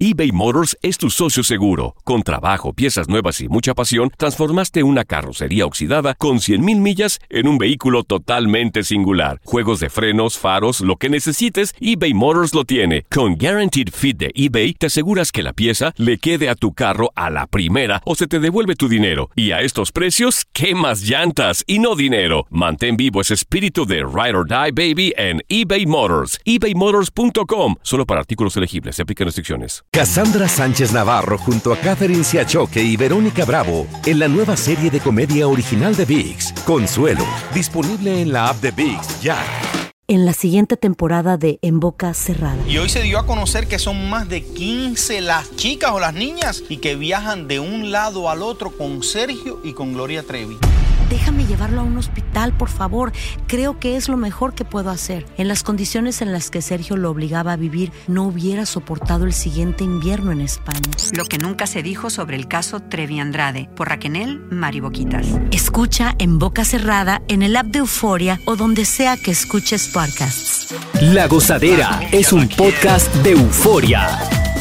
eBay Motors es tu socio seguro. Con trabajo, piezas nuevas y mucha pasión, transformaste una carrocería oxidada con 100,000 millas en un vehículo totalmente singular. Juegos de frenos, faros, lo que necesites, eBay Motors lo tiene. Con Guaranteed Fit de eBay, te aseguras que la pieza le quede a tu carro a la primera o se te devuelve tu dinero. Y a estos precios, ¿qué más llantas y no dinero? Mantén vivo ese espíritu de Ride or Die, baby, en eBay Motors. ebaymotors.com. Solo para artículos elegibles. Se aplican restricciones. Cassandra Sánchez Navarro junto a Catherine Siachoque y Verónica Bravo en la nueva serie de comedia original de ViX, Consuelo, disponible en la app de ViX ya. En la siguiente temporada de En Boca Cerrada. Y hoy se dio a conocer que son más de 15 las chicas o las niñas y que viajan de un lado al otro con Sergio y con Gloria Trevi. Déjame llevarlo a un hospital, por favor. Creo que es lo mejor que puedo hacer. En las condiciones en las que Sergio lo obligaba a vivir, no hubiera soportado el siguiente invierno en España. Lo que nunca se dijo sobre el caso Trevi Andrade, por Raquel Mariboquitas. Escucha En Boca Cerrada, en el app de Euforia o donde sea que escuches podcasts. La Gozadera es un podcast de Euforia.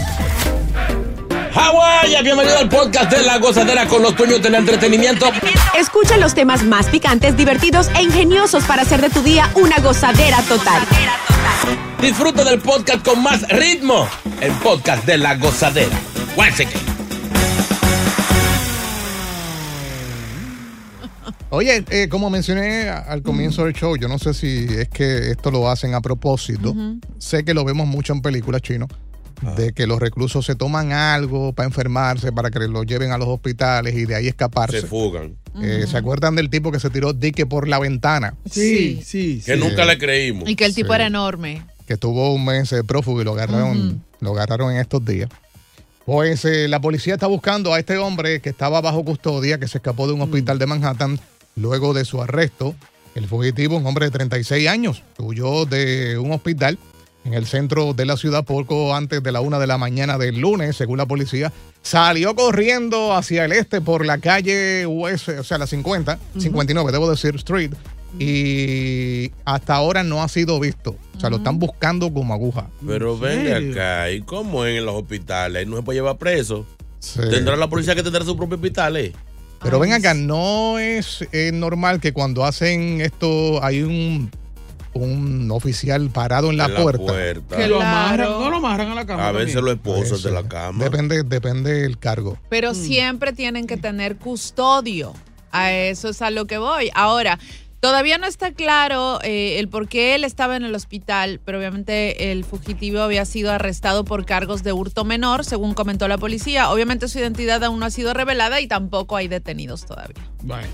Hawái, bienvenido al podcast de La Gozadera con los dueños del entretenimiento. Escucha los temas más picantes, divertidos e ingeniosos para hacer de tu día una gozadera total. Disfruta del podcast con más ritmo, el podcast de La Gozadera. Oye, como mencioné al comienzo del show, yo no sé si es que esto lo hacen a propósito. Sé que lo vemos mucho en películas chinos. De que los reclusos se toman algo para enfermarse, para que lo lleven a los hospitales y de ahí escaparse. Se fugan. ¿Se acuerdan del tipo que se tiró dique por la ventana? Sí. Que nunca le creímos. Y que el tipo era enorme. Que estuvo un mes prófugo y lo agarraron en estos días. Pues la policía está buscando a este hombre que estaba bajo custodia, que se escapó de un hospital de Manhattan luego de su arresto. El fugitivo, un hombre de 36 años, huyó de un hospital en el centro de la ciudad poco antes de la 1 de la mañana del lunes, según la policía. Salió corriendo hacia el este por la calle West, o sea, la 59, debo decir, Street. Y hasta ahora no ha sido visto. O sea, lo están buscando como aguja. Pero venga acá, ¿y cómo en los hospitales? ¿Ahí no se puede llevar preso? Sí. ¿Tendrá la policía que tendrá su propio hospital, Pero ven acá, no es normal que cuando hacen esto hay un oficial parado en la puerta. Que lo amarran, no lo amarran a la cama. A veces los esposos de la cama. Depende del cargo. Pero siempre tienen que tener custodio. A eso es a lo que voy. Ahora, todavía no está claro el por qué él estaba en el hospital, pero obviamente el fugitivo había sido arrestado por cargos de hurto menor, según comentó la policía. Obviamente su identidad aún no ha sido revelada y tampoco hay detenidos todavía. Bueno.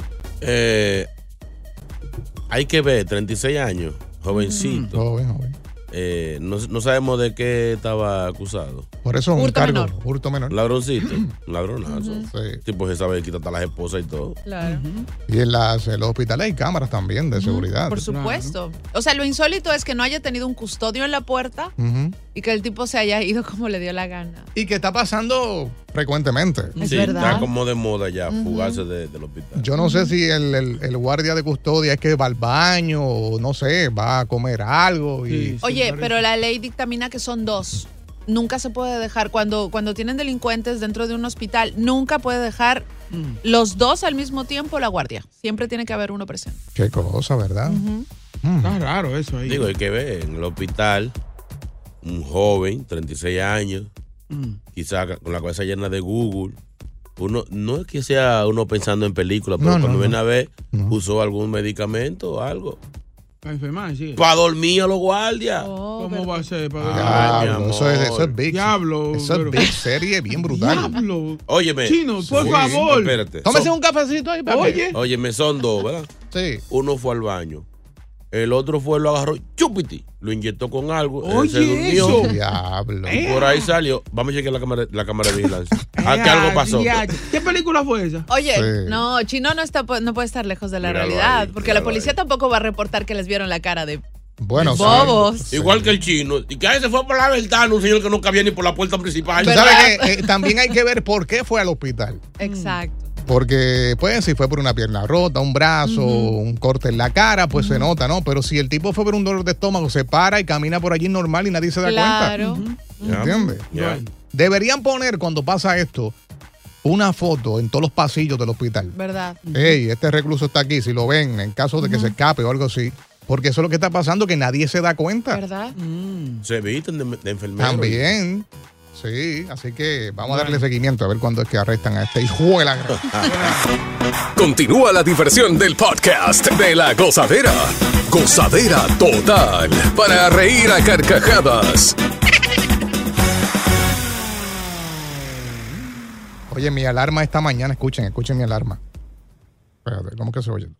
Hay que ver, 36 años, jovencito. Joven. No sabemos de qué estaba acusado. Por eso hurto menor. Hurto menor. Ladroncito, ladronazo. Sí. Tipo se sabe quitar a las esposas y todo. Claro. Y en los hospitales hay cámaras también de seguridad. Por supuesto. O sea, lo insólito es que no haya tenido un custodio en la puerta y que el tipo se haya ido como le dio la gana. Y que está pasando frecuentemente. Es sí, verdad. está como de moda ya, fugarse del hospital. Yo no sé si el guardia de custodia es que va al baño o no sé, va a comer algo. Oye, pero la ley dictamina que son 2. Nunca se puede dejar, cuando tienen delincuentes dentro de un hospital, nunca puede dejar los 2 al mismo tiempo la guardia. Siempre tiene que haber uno presente. Qué cosa, ¿verdad? Está raro eso ahí. Digo, hay que ver, en el hospital, un joven, 36 años, quizás con la cabeza llena de Google. Uno, no es que sea uno pensando en películas, pero cuando viene a ver, usó algún medicamento o algo. Para enfermar, sí. Para dormir a los guardias. ¿Cómo va a ser? Eso es big. Diablo. Eso es big serie, bien brutal. Diablo. Óyeme. Chino, por favor. Espérate. Tómese un cafecito ahí, papi. Óyeme, son 2, ¿verdad? Sí. Uno fue al baño. El otro fue, lo agarró, chúpiti, lo inyectó con algo. Oye, se durmió. eso. Diablo. Y por ahí salió. Vamos a chequear la cámara de vigilancia. ¿A qué algo pasó? ¿Qué película fue esa? Oye, no, Chino no puede estar lejos de la realidad, ahí, porque la policía tampoco va a reportar que les vieron la cara de bobos. Sí. Igual que el chino. Y que ahí se fue por la ventana, un señor que no cabía ni por la puerta principal. Tú sabes que también hay que ver por qué fue al hospital. Exacto. Porque, pues, si fue por una pierna rota, un brazo, un corte en la cara, pues se nota, ¿no? Pero si el tipo fue por un dolor de estómago, se para y camina por allí normal y nadie se da cuenta. Claro. ¿Entiendes? Deberían poner, cuando pasa esto, una foto en todos los pasillos del hospital. ¿Verdad? Hey, este recluso está aquí, si lo ven, en caso de que se escape o algo así. Porque eso es lo que está pasando, que nadie se da cuenta. ¿Verdad? Se visten de enfermeros. También. Sí, así que vamos a darle seguimiento a ver cuándo es que arrestan a este hijo de la gran. Continúa la diversión del podcast de La Gozadera. Gozadera total. Para reír a carcajadas. Oye, mi alarma esta mañana, escuchen mi alarma. Espérate, ¿cómo que se oye?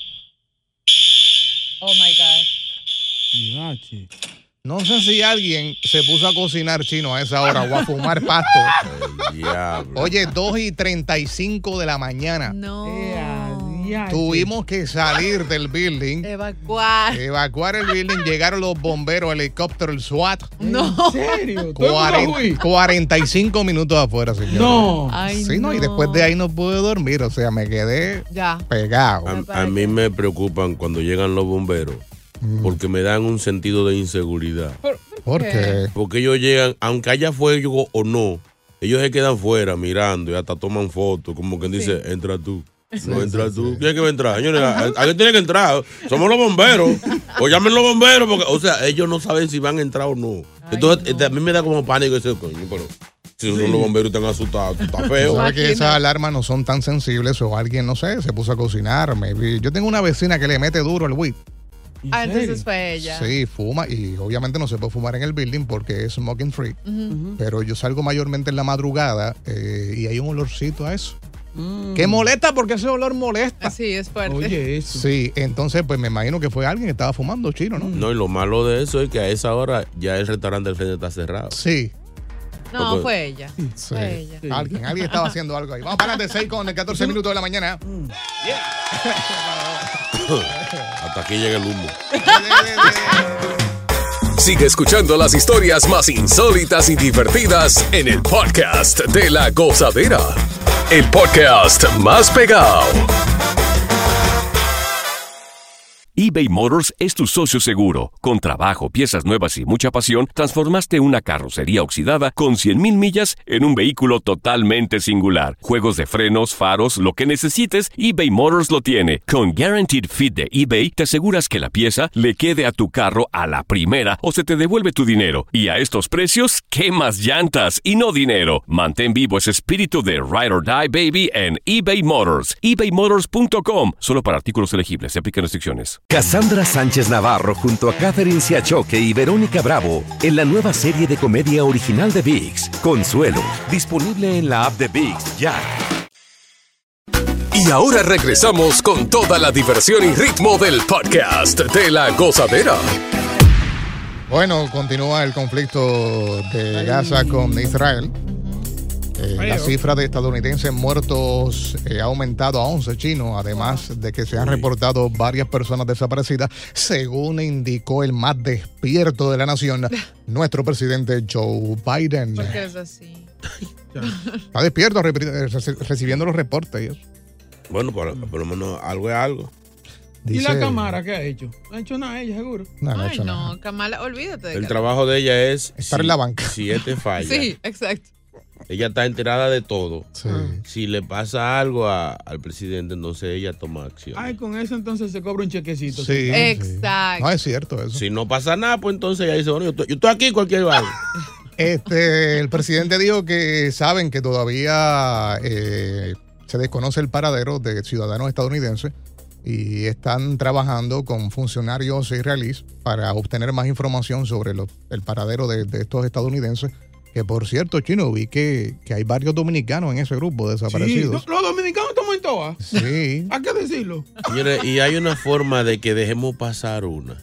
Oh my God. No sé si alguien se puso a cocinar chino a esa hora o a fumar pasto. Oye, 2:35 de la mañana. No. Tuvimos que salir del building. Evacuar el building. Llegaron los bomberos, helicóptero, el SWAT. No. ¿En serio? 45 minutos afuera, señor. No. Ay, sí, no. Y después de ahí no pude dormir. O sea, me quedé pegado. A mí me preocupan cuando llegan los bomberos. Porque me dan un sentido de inseguridad. ¿Por qué? Porque ellos llegan, aunque haya fuego o no, ellos se quedan fuera mirando y hasta toman fotos, como quien dice, entra tú. No entra tú. ¿Quién es que va a entrar? Señores, alguien tiene que entrar. Somos los bomberos. O llamen los bomberos, porque, o sea, ellos no saben si van a entrar o no. Entonces, a mí me da como pánico ese coño, pero si los bomberos están asustados, está feo. ¿Sabes que esas alarmas no son tan sensibles o alguien, no sé, se puso a cocinar? Maybe. Yo tengo una vecina que le mete duro el weed. Entonces fue ella. Sí, fuma y obviamente no se puede fumar en el building porque es smoking free. Pero yo salgo mayormente en la madrugada y hay un olorcito a eso. Que molesta porque ese olor molesta. Sí, es fuerte. Oye, eso. Sí, entonces pues me imagino que fue alguien que estaba fumando chino, ¿no? No, y lo malo de eso es que a esa hora ya el restaurante del frente está cerrado. Sí. No, fue ella. Sí. Fue ella. Sí. Alguien estaba haciendo algo ahí. Vamos para adelante, 6 con 14 minutos de la mañana. Hasta aquí llega el humo. Sigue escuchando las historias más insólitas y divertidas en el podcast de La Gozadera. El podcast más pegado. eBay Motors es tu socio seguro. Con trabajo, piezas nuevas y mucha pasión, transformaste una carrocería oxidada con 100,000 millas en un vehículo totalmente singular. Juegos de frenos, faros, lo que necesites, eBay Motors lo tiene. Con Guaranteed Fit de eBay, te aseguras que la pieza le quede a tu carro a la primera o se te devuelve tu dinero. Y a estos precios, ¿qué más llantas y no dinero? Mantén vivo ese espíritu de Ride or Die, baby, en eBay Motors. ebaymotors.com. Solo para artículos elegibles. Se aplican restricciones. Cassandra Sánchez Navarro junto a Catherine Siachoque y Verónica Bravo en la nueva serie de comedia original de ViX, Consuelo, disponible en la app de ViX ya. Y ahora regresamos con toda la diversión y ritmo del podcast de La Gozadera. Bueno, continúa el conflicto de Gaza con Israel. La cifra de estadounidenses muertos ha aumentado a 11 chinos, además de que se han reportado varias personas desaparecidas, según indicó el más despierto de la nación, nuestro presidente Joe Biden. ¿Por qué es así? Está despierto recibiendo los reportes. Y eso. Bueno, por lo menos algo es algo. ¿Y la Cámara qué ha hecho? No ha hecho nada ella, seguro. Ay, no, Kamala, olvídate de El trabajo de ella es estar en la banca. Si falla. Sí, exacto. Ella está enterada de todo. Sí. Si le pasa algo al presidente, entonces ella toma acción. Ay, con eso entonces se cobra un chequecito. Sí. Exacto. No, es cierto eso. Si no pasa nada, pues entonces ella dice, bueno, yo estoy aquí cualquier vaina. El presidente dijo que saben que todavía se desconoce el paradero de ciudadanos estadounidenses y están trabajando con funcionarios israelíes para obtener más información sobre el paradero de estos estadounidenses. Que por cierto, Chino, vi que hay varios dominicanos en ese grupo desaparecidos. Sí, los dominicanos estamos en todas. Sí. Hay que decirlo. Señores, y hay una forma de que dejemos pasar una.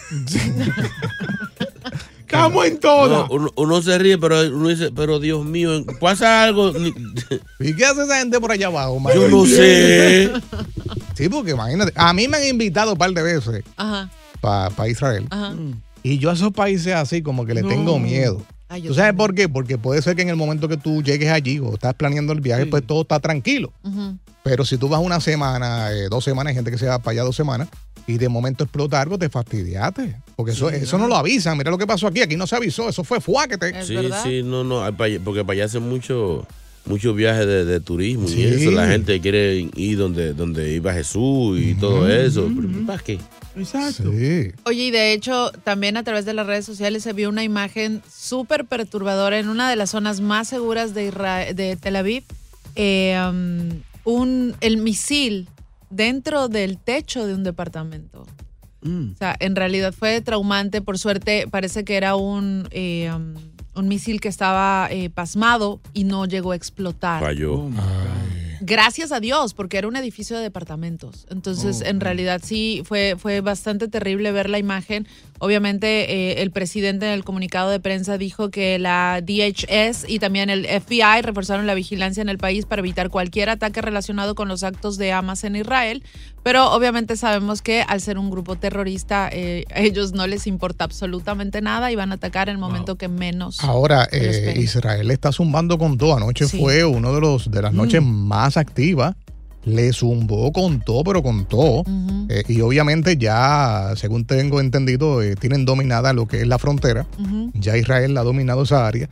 Estamos en todas. No, uno se ríe, pero uno dice, pero Dios mío, pasa algo. ¿Y qué hace esa gente por allá abajo? Yo no sé. Sí, porque imagínate, a mí me han invitado un par de veces para Israel. Ajá. Y yo a esos países así como que le tengo miedo. Ay, ¿Tú sabes por qué? Porque puede ser que en el momento que tú llegues allí o estás planeando el viaje, pues todo está tranquilo. Pero si tú vas una semana, 2 semanas, hay gente que se va para allá 2 semanas, y de momento explota algo, te fastidiaste. Porque eso no lo avisan. Mira lo que pasó aquí no se avisó, eso fue fuáquete. Sí, no, porque para allá hacen muchos viajes de turismo y eso. La gente quiere ir donde iba Jesús y todo eso. ¿Para qué? Exacto. Sí. Oye, y de hecho, también a través de las redes sociales se vio una imagen súper perturbadora en una de las zonas más seguras de Tel Aviv. El misil dentro del techo de un departamento. O sea, en realidad fue traumante. Por suerte, parece que era un misil que estaba pasmado y no llegó a explotar. Falló. Gracias a Dios, porque era un edificio de departamentos. Entonces, en realidad sí, fue bastante terrible ver la imagen. Obviamente, el presidente en el comunicado de prensa dijo que la DHS y también el FBI reforzaron la vigilancia en el país para evitar cualquier ataque relacionado con los actos de Hamas en Israel. Pero obviamente sabemos que al ser un grupo terrorista, a ellos no les importa absolutamente nada y van a atacar en el momento que menos. Ahora, Israel está zumbando con todo. Anoche fue uno de las noches más activas. Le zumbó con todo, pero con todo. Y obviamente ya, según tengo entendido, tienen dominada lo que es la frontera. Ya Israel ha dominado esa área.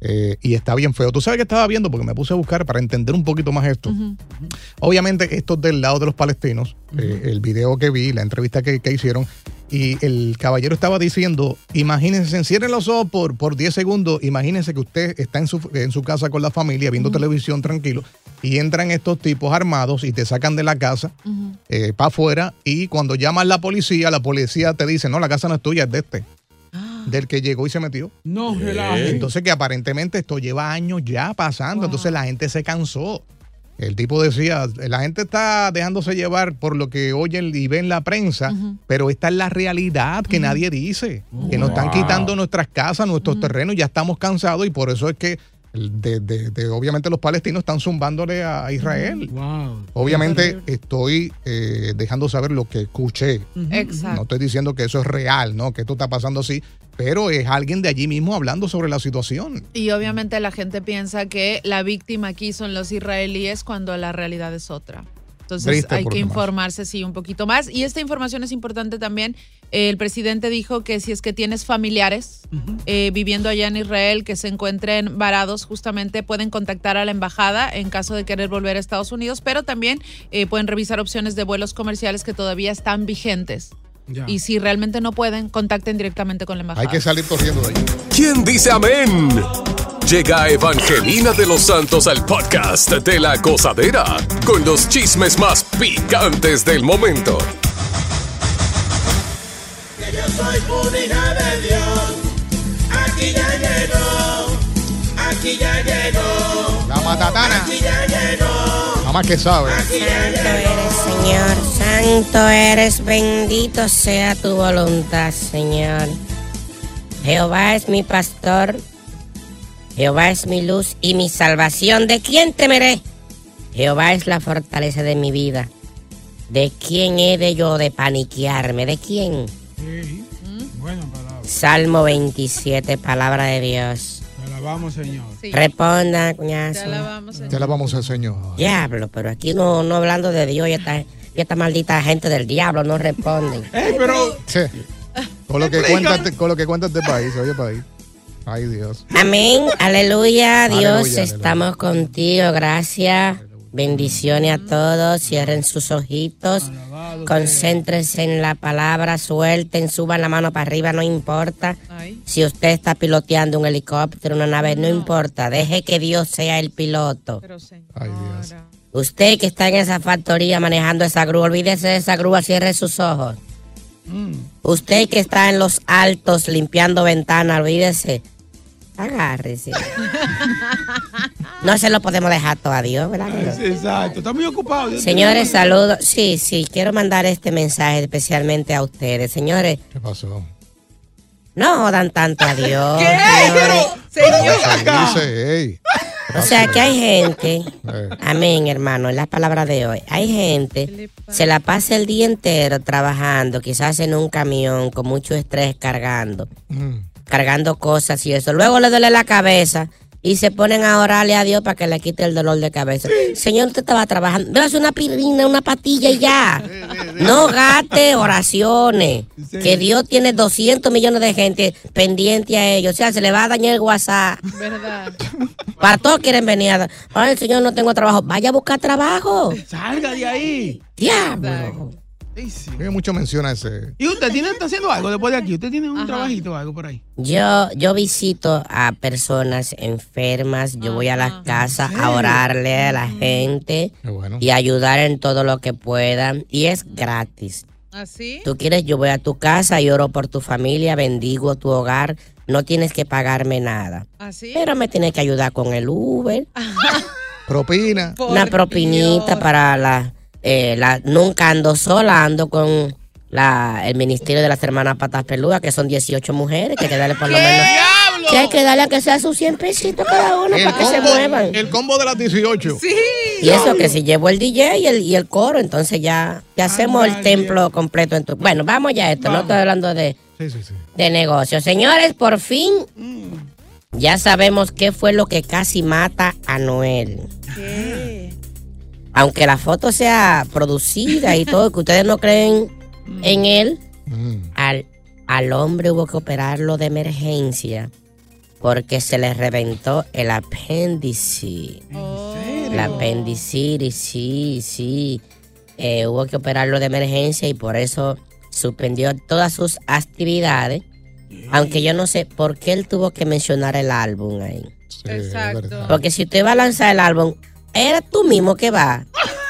Y está bien feo. ¿Tú sabes qué estaba viendo? Porque me puse a buscar para entender un poquito más esto. Obviamente, esto es del lado de los palestinos. El video que vi, la entrevista que hicieron. Y el caballero estaba diciendo, imagínense, encierren los ojos por 10 segundos, imagínense que usted está en su casa con la familia viendo televisión tranquilo y entran estos tipos armados y te sacan de la casa para afuera y cuando llaman la policía te dice, no, la casa no es tuya, es de este. Del que llegó y se metió. No, relaje. Entonces que aparentemente esto lleva años ya pasando, entonces la gente se cansó. El tipo decía, la gente está dejándose llevar por lo que oyen y ven la prensa, pero esta es la realidad que nadie dice, que nos están quitando nuestras casas, nuestros terrenos, ya estamos cansados y por eso es que obviamente los palestinos están zumbándole a Israel. Obviamente estoy dejando saber lo que escuché. Exacto. No estoy diciendo que eso es real, ¿no? Que esto está pasando así, pero es alguien de allí mismo hablando sobre la situación. Y obviamente la gente piensa que la víctima aquí son los israelíes cuando la realidad es otra. Entonces hay que informarse, sí, un poquito más. Y esta información es importante también. El presidente dijo que si es que tienes familiares viviendo allá en Israel que se encuentren varados, justamente pueden contactar a la embajada en caso de querer volver a Estados Unidos, pero también pueden revisar opciones de vuelos comerciales que todavía están vigentes. Ya. Y si realmente no pueden, contacten directamente con la embajada. Hay que salir corriendo de allí. ¿Quién dice amén? Llega Evangelina de los Santos al podcast de La Gozadera con los chismes más picantes del momento. Que yo soy una hija de Dios. Aquí ya llegó. La matatana. Aquí ya llegó. Nada más que sabe. Santo eres, Señor. Santo eres. Bendito sea tu voluntad, Señor. Jehová es mi pastor. Jehová es mi luz y mi salvación. ¿De quién temeré? Jehová es la fortaleza de mi vida. ¿De quién he de yo de paniquearme? ¿De quién? Sí. Buena palabra. Salmo 27, palabra de Dios. Te alabamos, Señor. Sí. Responda, cuñazo. Te alabamos, Señor. Te alabamos al Señor. Diablo, pero aquí no hablando de Dios, ya esta maldita gente del diablo no responden. Pero... Sí. Con lo que cuentas de país, oye país. Ay, Dios. Amén, aleluya, Dios, Aleluya, estamos contigo, gracias. Bendiciones a todos, cierren sus ojitos, concéntrense en la palabra, suelten, suban la mano para arriba, no importa. Si usted está piloteando un helicóptero, una nave, no importa, deje que Dios sea el piloto. Ay, Dios. Usted que está en esa factoría manejando esa grúa, olvídese de esa grúa, cierre sus ojos. Usted que está en los altos limpiando ventanas, olvídese. Agárrese. No se lo podemos dejar todo a Dios, ¿verdad? Exacto, está muy ocupado. Señores, saludos. Sí, quiero mandar este mensaje especialmente a ustedes. Señores. ¿Qué pasó? No jodan tanto a Dios. ¿Qué? Señor. O sea que hay gente, amén, hermano, en las palabras de hoy, hay gente, se la pasa el día entero trabajando, quizás en un camión con mucho estrés cargando cosas y eso. Luego le duele la cabeza y se ponen a orarle a Dios para que le quite el dolor de cabeza. Señor, usted estaba trabajando. Véase una pirina, una patilla y ya. No gaste oraciones. Que Dios tiene 200 millones de gente pendiente a ellos. O sea, se le va a dañar el WhatsApp. ¿Verdad? Para todos quieren venir a... Ay, Señor, no tengo trabajo. Vaya a buscar trabajo. Salga de ahí. Diablo. Tiene mucho menciona ese. ¿Y usted está haciendo algo después de aquí? ¿Usted tiene un trabajito o algo por ahí? Yo visito a personas enfermas, yo voy a las casas a orarle a la gente y ayudar en todo lo que pueda, y es gratis. ¿Así? Tú quieres, yo voy a tu casa y oro por tu familia, bendigo tu hogar, no tienes que pagarme nada. ¿Así? Pero me tienes que ayudar con el Uber. Propina. Una propinita para nunca ando sola, ando con el Ministerio de las Hermanas Patas Peludas, que son 18 mujeres, que hay que darle por lo menos. Que hay que darle a que sea sus 100 pesitos cada uno para que se muevan. El combo de las 18. Sí. Y eso que si llevo el DJ y el coro, entonces ya hacemos el templo completo. Bueno, vamos ya a esto, no estoy hablando de negocio. Señores, por fin ya sabemos qué fue lo que casi mata a Noel. ¿Qué? Aunque la foto sea producida y todo, que ustedes no creen en él, al hombre hubo que operarlo de emergencia porque se le reventó el apéndice. El apéndice, sí. Hubo que operarlo de emergencia y por eso suspendió todas sus actividades. Aunque yo no sé por qué él tuvo que mencionar el álbum ahí. Exacto. Porque si usted va a lanzar el álbum, eres tú mismo que va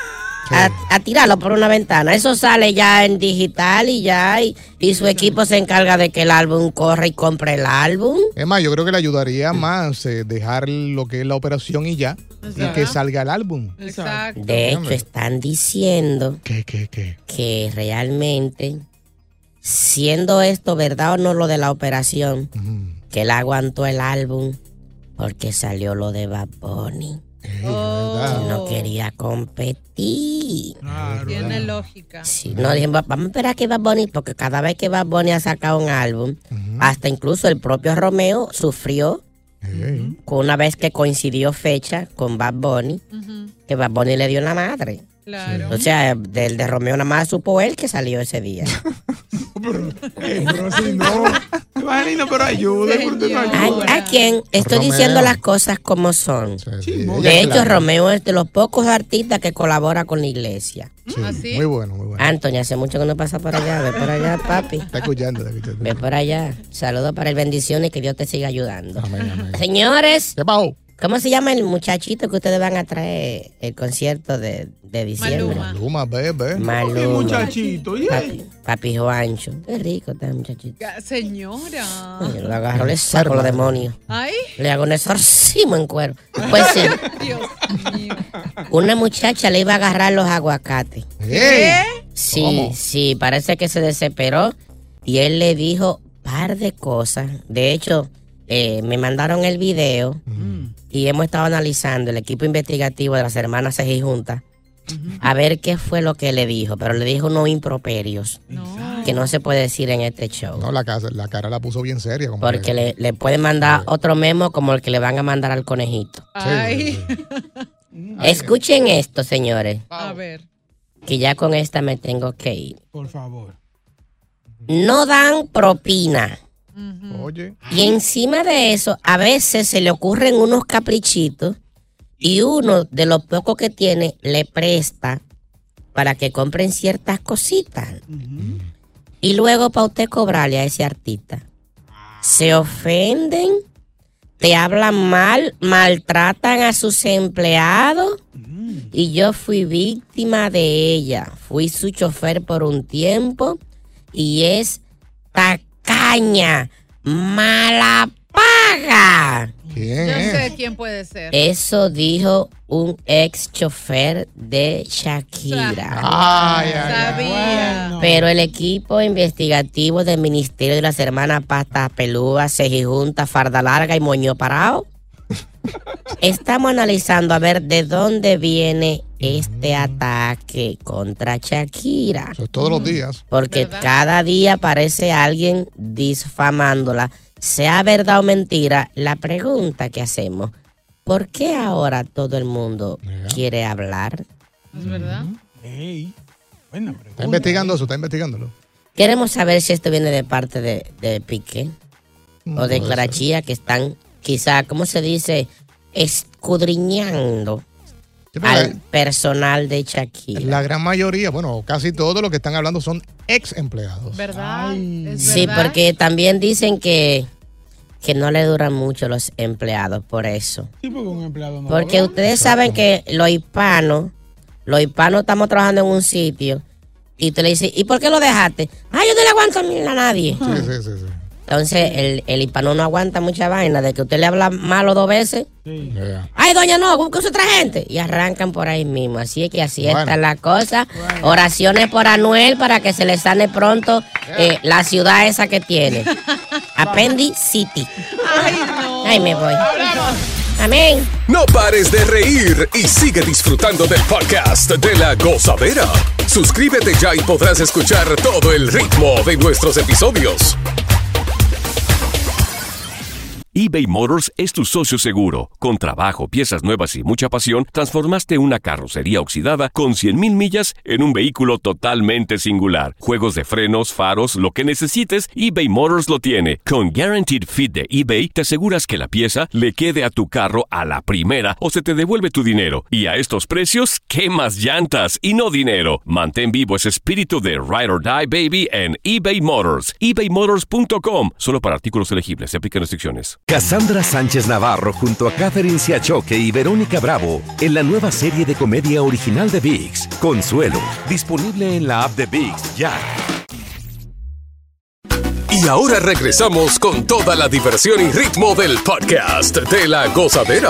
a tirarlo por una ventana. Eso sale ya en digital y su equipo se encarga de que el álbum corra y compre el álbum. Es más, yo creo que le ayudaría más dejar lo que es la operación y ya. Y que salga el álbum. Exacto. De hecho, están diciendo ¿Qué? que realmente, siendo esto verdad o no lo de la operación, que él aguantó el álbum porque salió lo de Bad Bunny. Que no quería competir. Tiene lógica. Sí, no, dije, vamos a esperar que Bad Bunny, porque cada vez que Bad Bunny ha sacado un álbum, hasta incluso el propio Romeo sufrió con una vez que coincidió fecha con Bad Bunny, que Bad Bunny le dio en la madre. Claro. O sea, del de Romeo nada más supo él que salió ese día. Pero así no. Evangelina, pero ayude. ¿A quién? Estoy Romeo. diciendo las cosas como son. De hecho, Romeo es de los pocos artistas que colabora con la iglesia. ¿Así? Muy bueno, muy bueno. Antonio, hace mucho que no pasa por allá. Ve por allá, papi. Está escuchando. Ve por allá. Saludos para el bendición y que Dios te siga ayudando. Amén. Señores, ¿Qué pasó? ¿cómo se llama el muchachito que ustedes van a traer el concierto de diciembre? Maluma, bebé. Maluma. ¿Qué muchachito? Papi Juancho. Qué rico está el muchachito. Señora. Yo lo agarro, le saco los demonios. Ay. Le hago un exorcismo en cuero. Pues sí. Dios mío. Una muchacha le iba a agarrar los aguacates. ¿Qué? Sí, ¿Cómo? sí, parece que se desesperó y él le dijo par de cosas. De hecho, me mandaron el video y hemos estado analizando el equipo investigativo de las hermanas Sejijuntas a ver qué fue lo que le dijo, pero le dijo unos improperios que no se puede decir en este show. No, la cara la puso bien seria. Porque le pueden mandar otro memo como el que le van a mandar al conejito. Ay. Escuchen esto, señores, A ver. que ya con esta me tengo que ir. Por favor. No dan propina. Oye. Y encima de eso, a veces se le ocurren unos caprichitos y uno de los pocos que tiene le presta para que compren ciertas cositas. Y luego para usted cobrarle a ese artista. Se ofenden, te hablan mal, maltratan a sus empleados. Y yo fui víctima de ella. Fui su chofer por un tiempo y es tacaña, mala paga. ¿Quién Yo es? sé quién puede ser. Eso dijo un ex chofer de Shakira. Ay. Sabía. Pero el equipo investigativo del Ministerio de las Hermanas Patas Pelúas, Sejijunta, Farda Larga y Moño Parado, estamos analizando a ver de dónde viene este ataque contra Shakira. Eso es todos los días. Porque ¿verdad? cada día aparece alguien difamándola. Sea verdad o mentira, la pregunta que hacemos, ¿por qué ahora todo el mundo quiere hablar? ¿Es verdad? Está investigándolo. Queremos saber si esto viene de parte de Piqué o de Clarachía, que están quizá, ¿cómo se dice? Escudriñando al personal de Shakira. La gran mayoría, bueno, casi todos los que están hablando son ex empleados. ¿Verdad? Sí, verdad? porque también dicen que no le duran mucho los empleados por eso. Sí, porque un empleado no. Porque ustedes saben que los hispanos estamos trabajando en un sitio y tú le dices, ¿y por qué lo dejaste? Yo no le aguanto a nadie. Sí. Entonces el hispano no aguanta mucha vaina de que usted le habla malo 2 veces. Sí. Ay, doña, no, busca otra gente. Y arrancan por ahí mismo. Así es que así está la cosa. Oraciones por Anuel para que se le sane pronto la ciudad esa que tiene. Appendicity. Ay, no. Ay, me voy. Amén. No pares de reír y sigue disfrutando del podcast de La Gozadera. Suscríbete ya y podrás escuchar todo el ritmo de nuestros episodios. eBay Motors es tu socio seguro. Con trabajo, piezas nuevas y mucha pasión, transformaste una carrocería oxidada con 100,000 millas en un vehículo totalmente singular. Juegos de frenos, faros, lo que necesites, eBay Motors lo tiene. Con Guaranteed Fit de eBay, te aseguras que la pieza le quede a tu carro a la primera o se te devuelve tu dinero. Y a estos precios, ¿qué más llantas y no dinero? Mantén vivo ese espíritu de Ride or Die, baby, en eBay Motors. ebaymotors.com. Solo para artículos elegibles. Se aplican restricciones. Cassandra Sánchez Navarro junto a Catherine Siachoque y Verónica Bravo en la nueva serie de comedia original de ViX, Consuelo, disponible en la app de ViX ya. Y ahora regresamos con toda la diversión y ritmo del podcast de La Gozadera.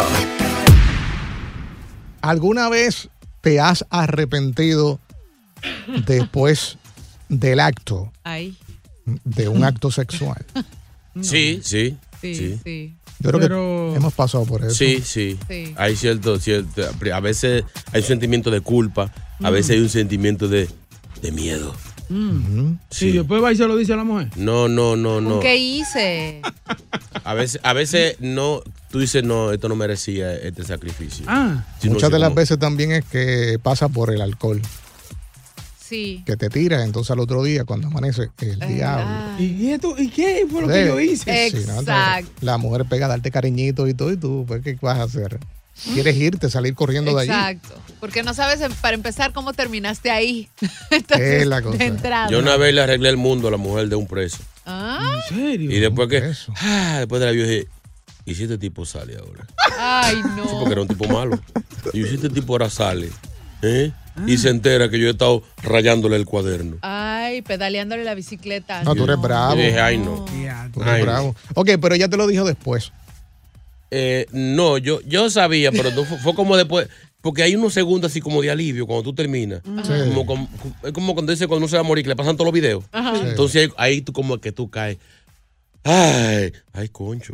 ¿Alguna vez te has arrepentido después del acto? De un acto sexual? Sí. Yo creo que hemos pasado por eso. Sí. Hay cierto. A veces hay un sentimiento de culpa, a veces hay un sentimiento de miedo. Sí, después va y se lo dice a la mujer. No. ¿Qué hice? A veces no, tú dices, no, esto no merecía este sacrificio. Muchas de las veces también es que pasa por el alcohol. Sí. Que te tiras, entonces al otro día, cuando amanece, el diablo. ¿Y qué fue lo que yo hice? Exacto. La mujer pega a darte cariñito y todo, y tú, pues, ¿qué vas a hacer? ¿Quieres irte, salir corriendo de allí? Exacto. Porque no sabes, para empezar, cómo terminaste ahí. Entonces, es la cosa. De entrada. Yo una vez le arreglé el mundo a la mujer de un preso. ¿En serio? Y después después de la vida dije, ¿y si este tipo sale ahora? Ay, no. Sí, porque era un tipo malo. Y si este tipo ahora sale, y se entera que yo he estado rayándole el cuaderno. Ay, pedaleándole la bicicleta. No, tú eres bravo. Y dije, ay, no. Tú eres bravo. Ok, pero ella te lo dijo después. No, yo sabía, pero no, fue como después. Porque hay unos segundos así como de alivio cuando tú terminas. Sí. Es como cuando dice cuando uno se va a morir, que le pasan todos los videos. Ajá. Sí. Entonces ahí tú como que tú caes. Ay, concho.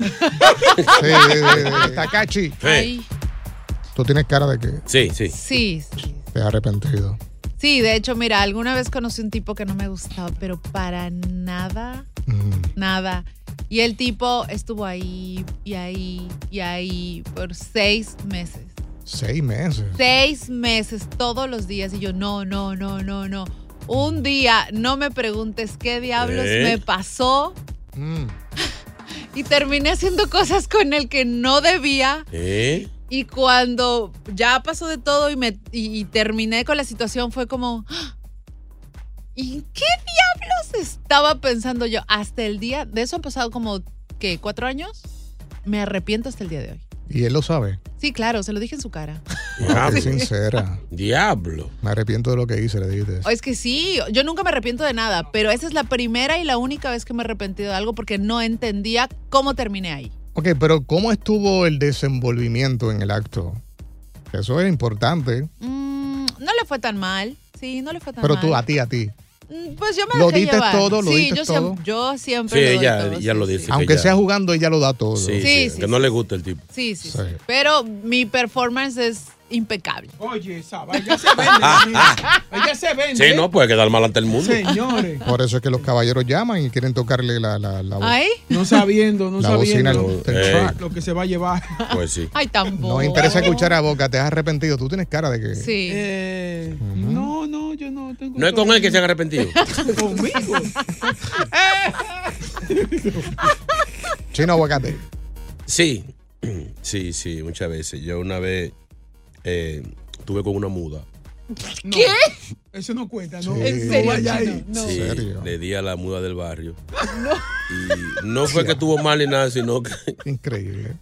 Takachi. Ay. Tú tienes cara de que Sí. te has arrepentido. Sí, de hecho, mira, alguna vez conocí un tipo que no me gustaba, pero para nada, nada. Y el tipo estuvo ahí por 6 meses. 6 meses. 6 meses, todos los días. Y yo, no. Un día, no me preguntes qué diablos me pasó. Y terminé haciendo cosas con él que no debía. Y cuando ya pasó de todo y terminé con la situación, fue como, ¿y qué diablos estaba pensando yo? Hasta el día, de eso han pasado como, ¿qué? 4 años. Me arrepiento hasta el día de hoy. ¿Y él lo sabe? Sí, claro, se lo dije en su cara. Qué sincera. Diablo. Me arrepiento de lo que hice, le dijiste. Es que sí, yo nunca me arrepiento de nada, pero esa es la primera y la única vez que me he arrepentido de algo porque no entendía cómo terminé ahí. Ok, pero ¿cómo estuvo el desenvolvimiento en el acto? Eso es importante. No le fue tan mal. Sí, no le fue tan Pero mal. tú, a ti. Pues yo me Lo dejé diste llevar. todo, lo sí, diste todo. Yo siempre Sí, lo doy ella, todo, ella sí, lo sí. dice. Aunque sea jugando, ella lo da todo. Sí, que no le gusta el tipo. Sí. Pero mi performance es impecable. Oye, Saba, ella se vende. Ella se vende. Sí, no puede quedar mal ante el mundo. Señores. Por eso es que los caballeros llaman y quieren tocarle la voz. ¿Ay? No sabiendo La bocina lo del track. que se va a llevar. Pues sí. Ay, tampoco. Nos interesa escuchar a Boca. ¿Te has arrepentido? Tú tienes cara de que... Sí. No, yo no tengo. No es con él que se han arrepentido. Conmigo. Chino Aguacate. Sí, muchas veces. Yo una vez estuve con una muda. ¿Qué? Eso no cuenta, ¿no? Sí. ¿En serio? No vaya ahí. No. Sí, ¿En serio? le di a la muda del barrio. Y no fue que estuvo mal ni nada, sino que Increíble.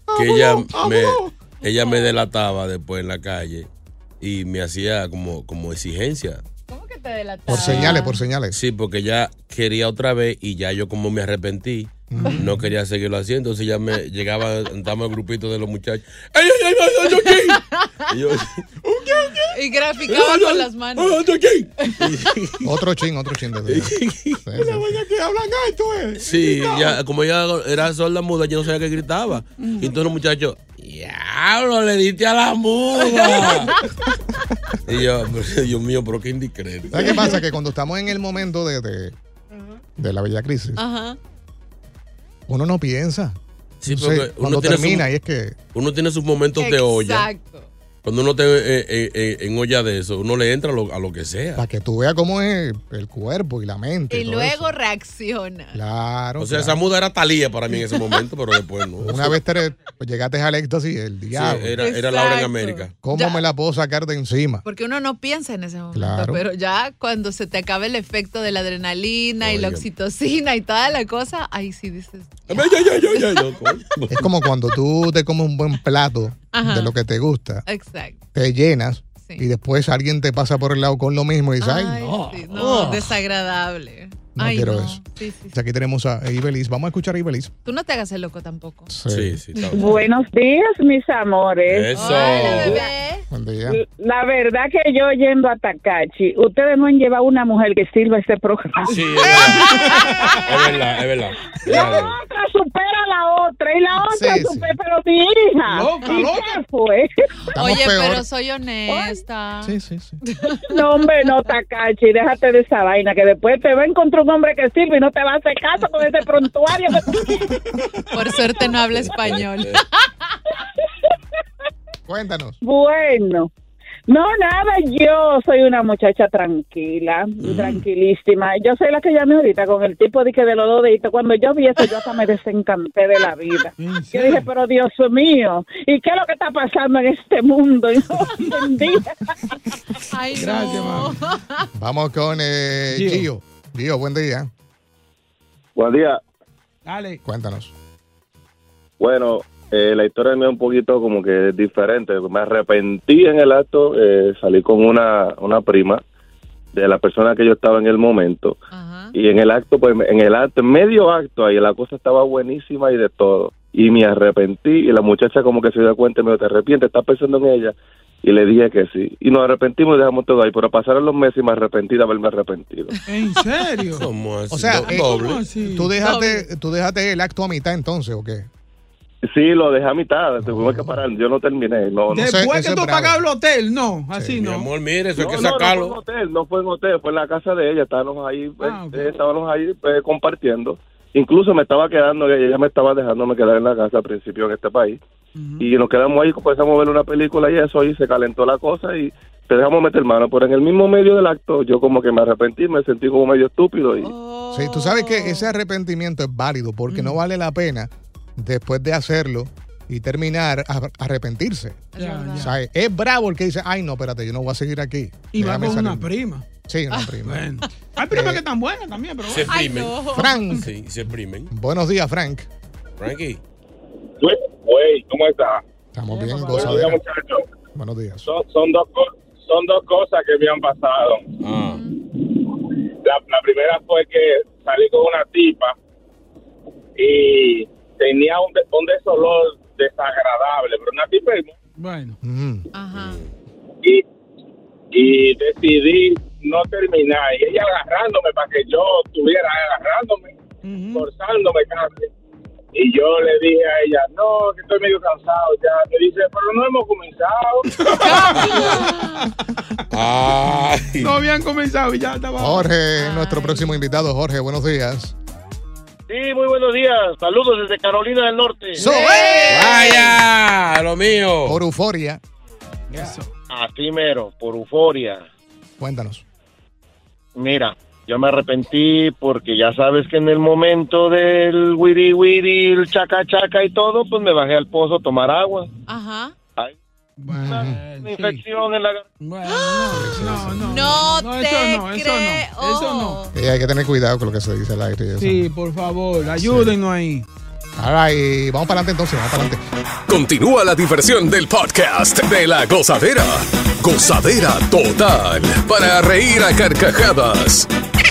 ella me delataba después en la calle y me hacía como exigencia. ¿Cómo que te delataba? Por señales. Sí, porque ya quería otra vez y ya yo como me arrepentí, no quería seguirlo haciendo. Entonces ya me llegaba, entramos al grupito de los muchachos. ¡Ay! Y yo, Y graficaba con las manos. Otro chin de que hablan alto, Sí, ya, como ella era sorda muda, yo no sabía que gritaba. Y entonces los muchachos, ¡diablo, le diste a la muda! Y yo, Dios mío, pero qué indiscreto. ¿Sabes qué pasa? Que cuando estamos en el momento de la bella crisis, uno no piensa. Sí, No porque sé, cuando termina y es que... Uno tiene sus momentos de olla. Exacto. Cuando uno está en olla de eso, uno le entra a lo que sea. Para que tú veas cómo es el cuerpo y la mente. Y todo luego eso. reacciona. Claro. O sea, claro. esa muda era Talía para mí en ese momento, pero después no. Una vez pues llegaste al éxtasis, el diablo. Sí, era Laura en América. ¿Cómo Ya. me la puedo sacar de encima? Porque uno no piensa en ese momento, Claro. pero ya cuando se te acabe el efecto de la adrenalina y la Oigan. oxitocina y toda la cosa, ahí sí dices. Es como cuando tú te comes un buen plato Ajá. de lo que te gusta, Exacto. te llenas Sí. y después alguien te pasa por el lado con lo mismo y dices, ay, no, sí, no, desagradable. no Ay, quiero no. eso. Sí, sí, Aquí tenemos a Ibelis. Vamos a escuchar a Ibelis. Tú no te hagas el loco tampoco. Sí, está bien. Buenos días, mis amores. Eso. Hola, bebé. Buen día. La verdad que yo yendo a Takachi, ustedes no han llevado una mujer que sirva este programa. Sí, es verdad. La otra supera a la otra y la otra Sí, supera, pero mi hija. Loca, ¿Y loca. qué fue? Estamos Oye, peor. pero soy honesta. Sí. No, hombre, no, Takachi, déjate de esa vaina, que después te va a encontrar un hombre que sirve y no te va a hacer caso con ese prontuario. Por suerte no habla español. Cuéntanos. Bueno, no, nada, yo soy una muchacha tranquila, tranquilísima. Yo soy la que llamé ahorita con el tipo de los dos deditos. Cuando yo vi eso, yo hasta me desencanté de la vida. Yo dije, pero Dios mío, ¿y qué es lo que está pasando en este mundo? Y no entendía. Ay, Gracias, no. Vamos con Gio. Gio, buen día. Buen día. Dale. Cuéntanos. Bueno, la historia mía es un poquito como que diferente. Me arrepentí en el acto, salí con una prima de la persona que yo estaba en el momento. Ajá. Y en el acto, pues en el acto, medio acto ahí, la cosa estaba buenísima y de todo. Y me arrepentí y la muchacha como que se dio cuenta y me dijo, ¿te arrepientes? ¿Estás pensando en ella? Y le dije que sí. Y nos arrepentimos y dejamos todo ahí. Pero pasaron los meses y me arrepentí de haberme arrepentido. ¿En serio? ¿Cómo así? O sea, doble. ¿Cómo así? ¿tú dejaste el acto a mitad entonces o qué? Sí, lo dejé a mitad. Tuvimos que parar. Yo no terminé. No. Después eso que tú es bravo. pagabas el hotel, no, así Mi no. amor, mire, eso hay que No fue sacarlo. en hotel, no fue en hotel, fue en la casa de ella. Estábamos ahí, compartiendo. Incluso me estaba quedando, ella me estaba dejándome quedar en la casa al principio en este país. Y nos quedamos ahí, comenzamos a ver una película y eso, y se calentó la cosa y te dejamos meter mano. Pero en el mismo medio del acto, yo como que me arrepentí, me sentí como medio estúpido. Y Sí, tú sabes que ese arrepentimiento es válido porque no vale la pena después de hacerlo y terminar arrepentirse. O sea, es bravo el que dice, ay no, espérate, yo no voy a seguir aquí. Y va Déjame con una salir. prima. Sí, una prima. Bueno. Hay primas que están buenas también, pero Se bueno. exprimen. Frank. Sí, se exprimen. Buenos días, Frank. Frankie. Güey, ¿cómo estás? Estamos bien, Buenos gozadera. días, muchachos. Buenos días. Son dos cosas que me han pasado. La primera fue que salí con una tipa y tenía un desolor desagradable, pero una tipa Bueno. Ajá. y decidí no terminar. Y ella agarrándome para que yo estuviera agarrándome, forzándome casi. Y yo le dije a ella, no, que estoy medio cansado ya. Me dice, pero no hemos comenzado. No habían comenzado y ya estaba. Jorge, nuestro próximo invitado. Jorge, buenos días. Sí, muy buenos días. Saludos desde Carolina del Norte. ¡Vaya! Lo mío. Por euforia. Así mero, por euforia. Cuéntanos. Mira, yo me arrepentí porque ya sabes que en el momento del wiri wiri, el chaca chaca y todo, pues me bajé al pozo a tomar agua. Ajá. Hay una infección en la garganta. No te creo. Hay que tener cuidado con lo que se dice al aire. y eso. Sí, por favor, ayúdennos ahí. Ahora, y vamos para adelante entonces, vamos para adelante. Continúa la diversión del podcast de La Gozadera. Gozadera total para reír a carcajadas.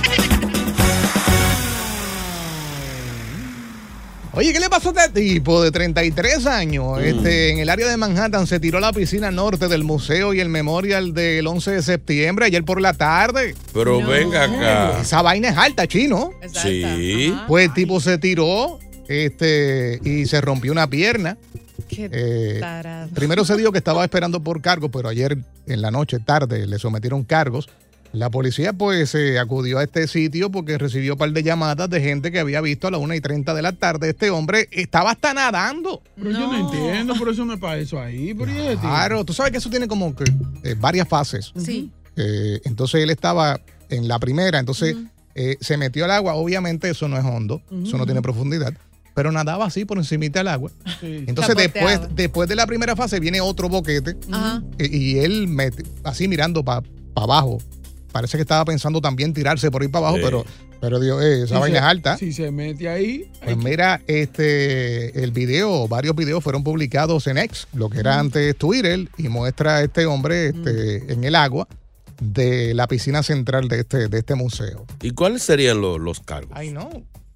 Oye, ¿qué le pasó a este tipo de 33 años? En el área de Manhattan se tiró a la piscina norte del museo y el memorial del 11 de septiembre, ayer por la tarde. Pero venga acá. Esa vaina es alta, chino. Sí. Pues el tipo se tiró y se rompió una pierna. Qué tarado. Primero se dijo que estaba esperando por cargos, pero ayer en la noche, tarde, le sometieron cargos. La policía pues acudió a este sitio porque recibió un par de llamadas de gente que había visto a las 1:30 de la tarde. Este hombre estaba hasta nadando. Pero yo no entiendo, por eso me pasa eso ahí. Claro, tú sabes que eso tiene como que varias fases. Sí. Entonces él estaba en la primera, entonces se metió al agua. Obviamente eso no es hondo, eso no tiene profundidad, pero nadaba así por encimita del agua. Sí. Entonces después de la primera fase viene otro boquete y él así mirando para abajo. Parece que estaba pensando también tirarse por ahí para abajo, pero Dios, esa vaina es alta. Si se mete ahí. Pues mira, el video, varios videos fueron publicados en X, lo que era antes Twitter, y muestra a este hombre en el agua de la piscina central de este museo. ¿Y cuáles serían los cargos? Ay, no.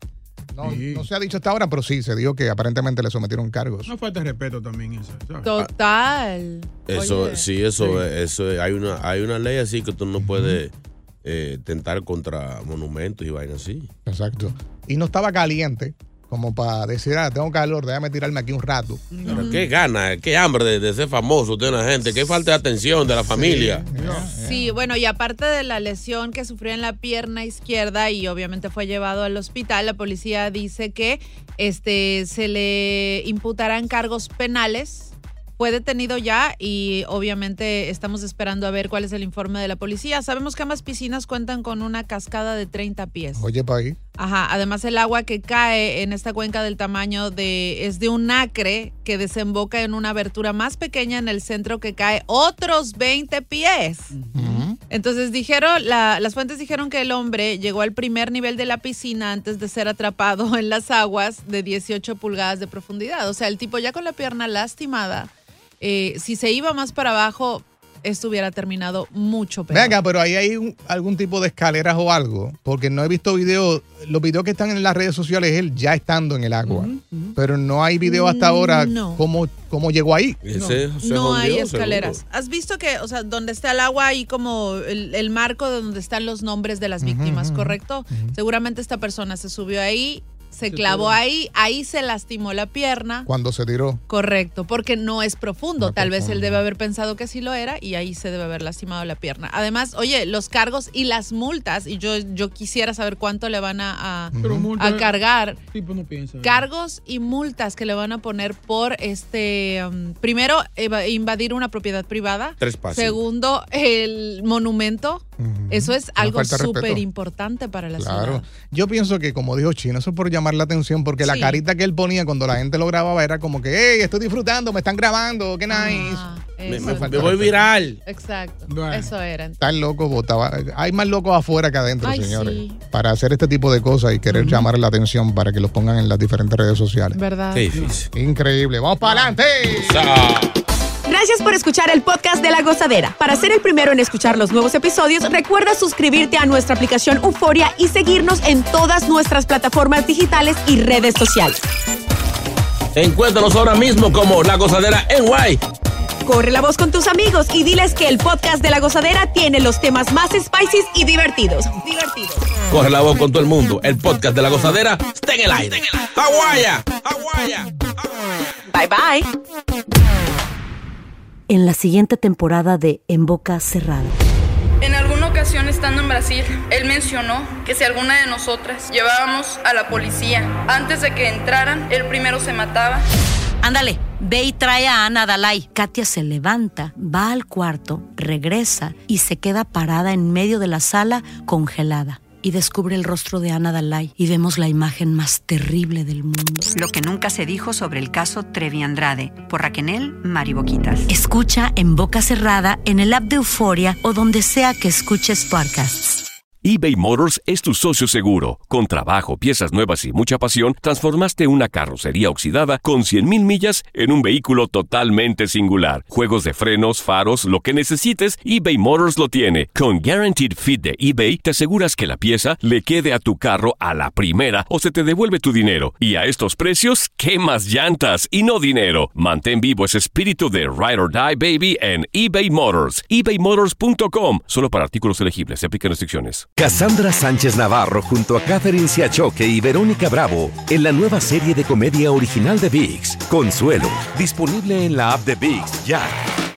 No se ha dicho hasta ahora, pero sí, se dijo que aparentemente le sometieron cargos. No falta de respeto también eso, ¿sabes? Total. Eso, oye, sí, eso hay una ley así que tú no puedes tentar contra monumentos y vainas así. Exacto. Y no estaba caliente como para decir, tengo calor, déjame tirarme aquí un rato. Pero qué gana, qué hambre de ser famoso de una gente, qué falta de atención de la familia. Sí, bueno, y aparte de la lesión que sufrió en la pierna izquierda y obviamente fue llevado al hospital, la policía dice que se le imputarán cargos penales. Fue detenido ya y obviamente estamos esperando a ver cuál es el informe de la policía. Sabemos que ambas piscinas cuentan con una cascada de 30 pies. Oye, pa' ahí. Ajá, además el agua que cae en esta cuenca del tamaño es de un acre que desemboca en una abertura más pequeña en el centro que cae otros 20 pies. Entonces las fuentes dijeron que el hombre llegó al primer nivel de la piscina antes de ser atrapado en las aguas de 18 pulgadas de profundidad. O sea, el tipo ya con la pierna lastimada, si se iba más para abajo, esto hubiera terminado mucho peor. Venga, pero ahí hay algún tipo de escaleras o algo, porque no he visto videos. Los videos que están en las redes sociales es él ya estando en el agua, pero no hay video hasta ahora cómo llegó ahí. No hay escaleras. Seguro. ¿Has visto que, o sea, donde está el agua hay como el marco de donde están los nombres de las víctimas, correcto? Seguramente esta persona se subió ahí, se clavó ahí se lastimó la pierna. Cuando se tiró. Correcto, porque no es profundo. Tal vez él debe haber pensado que sí lo era y ahí se debe haber lastimado la pierna. Además, oye, los cargos y las multas, y yo quisiera saber cuánto le van a cargar. Tipo no piensa. Cargos y multas que le van a poner por primero, invadir una propiedad privada. 3 pasos. Segundo, el monumento. Eso es algo súper importante para la ciudad. Yo pienso que, como dijo Chino, eso es por llamar la atención, porque la carita que él ponía cuando la gente lo grababa era como que, hey, estoy disfrutando, me están grabando, qué nice. Me voy viral. Exacto, eso era. Tan loco, botaba. Hay más locos afuera que adentro, señores, para hacer este tipo de cosas y querer llamar la atención para que los pongan en las diferentes redes sociales. ¿Verdad? Qué difícil. Increíble. ¡Vamos para adelante! Gracias por escuchar el podcast de La Gozadera. Para ser el primero en escuchar los nuevos episodios, recuerda suscribirte a nuestra aplicación Euforia y seguirnos en todas nuestras plataformas digitales y redes sociales. Encuéntranos ahora mismo como La Gozadera NY Corre la voz con tus amigos y diles que el podcast de La Gozadera tiene los temas más spicy y divertidos. Corre la voz con todo el mundo. El podcast de La Gozadera está en el aire. ¡Aguaya! Bye, bye. En la siguiente temporada de En Boca Cerrada. En alguna ocasión estando en Brasil, él mencionó que si alguna de nosotras llevábamos a la policía antes de que entraran, él primero se mataba. Ándale, ve y trae a Ana Dalai. Katia se levanta, va al cuarto, regresa y se queda parada en medio de la sala congelada. Y descubre el rostro de Ana Dalai y vemos la imagen más terrible del mundo. Lo que nunca se dijo sobre el caso Trevi Andrade, por Raquel Mariboquitas. Escucha En Boca Cerrada, en el app de Euforia o donde sea que escuches podcasts. eBay Motors es tu socio seguro. Con trabajo, piezas nuevas y mucha pasión, transformaste una carrocería oxidada con 100,000 millas en un vehículo totalmente singular. Juegos de frenos, faros, lo que necesites, eBay Motors lo tiene. Con Guaranteed Fit de eBay, te aseguras que la pieza le quede a tu carro a la primera o se te devuelve tu dinero. Y a estos precios, ¿qué más llantas y no dinero? Mantén vivo ese espíritu de Ride or Die, baby, en eBay Motors. ebaymotors.com. Solo para artículos elegibles. Se aplican restricciones. Cassandra Sánchez Navarro junto a Catherine Siachoque y Verónica Bravo en la nueva serie de comedia original de ViX, Consuelo, disponible en la app de ViX ya.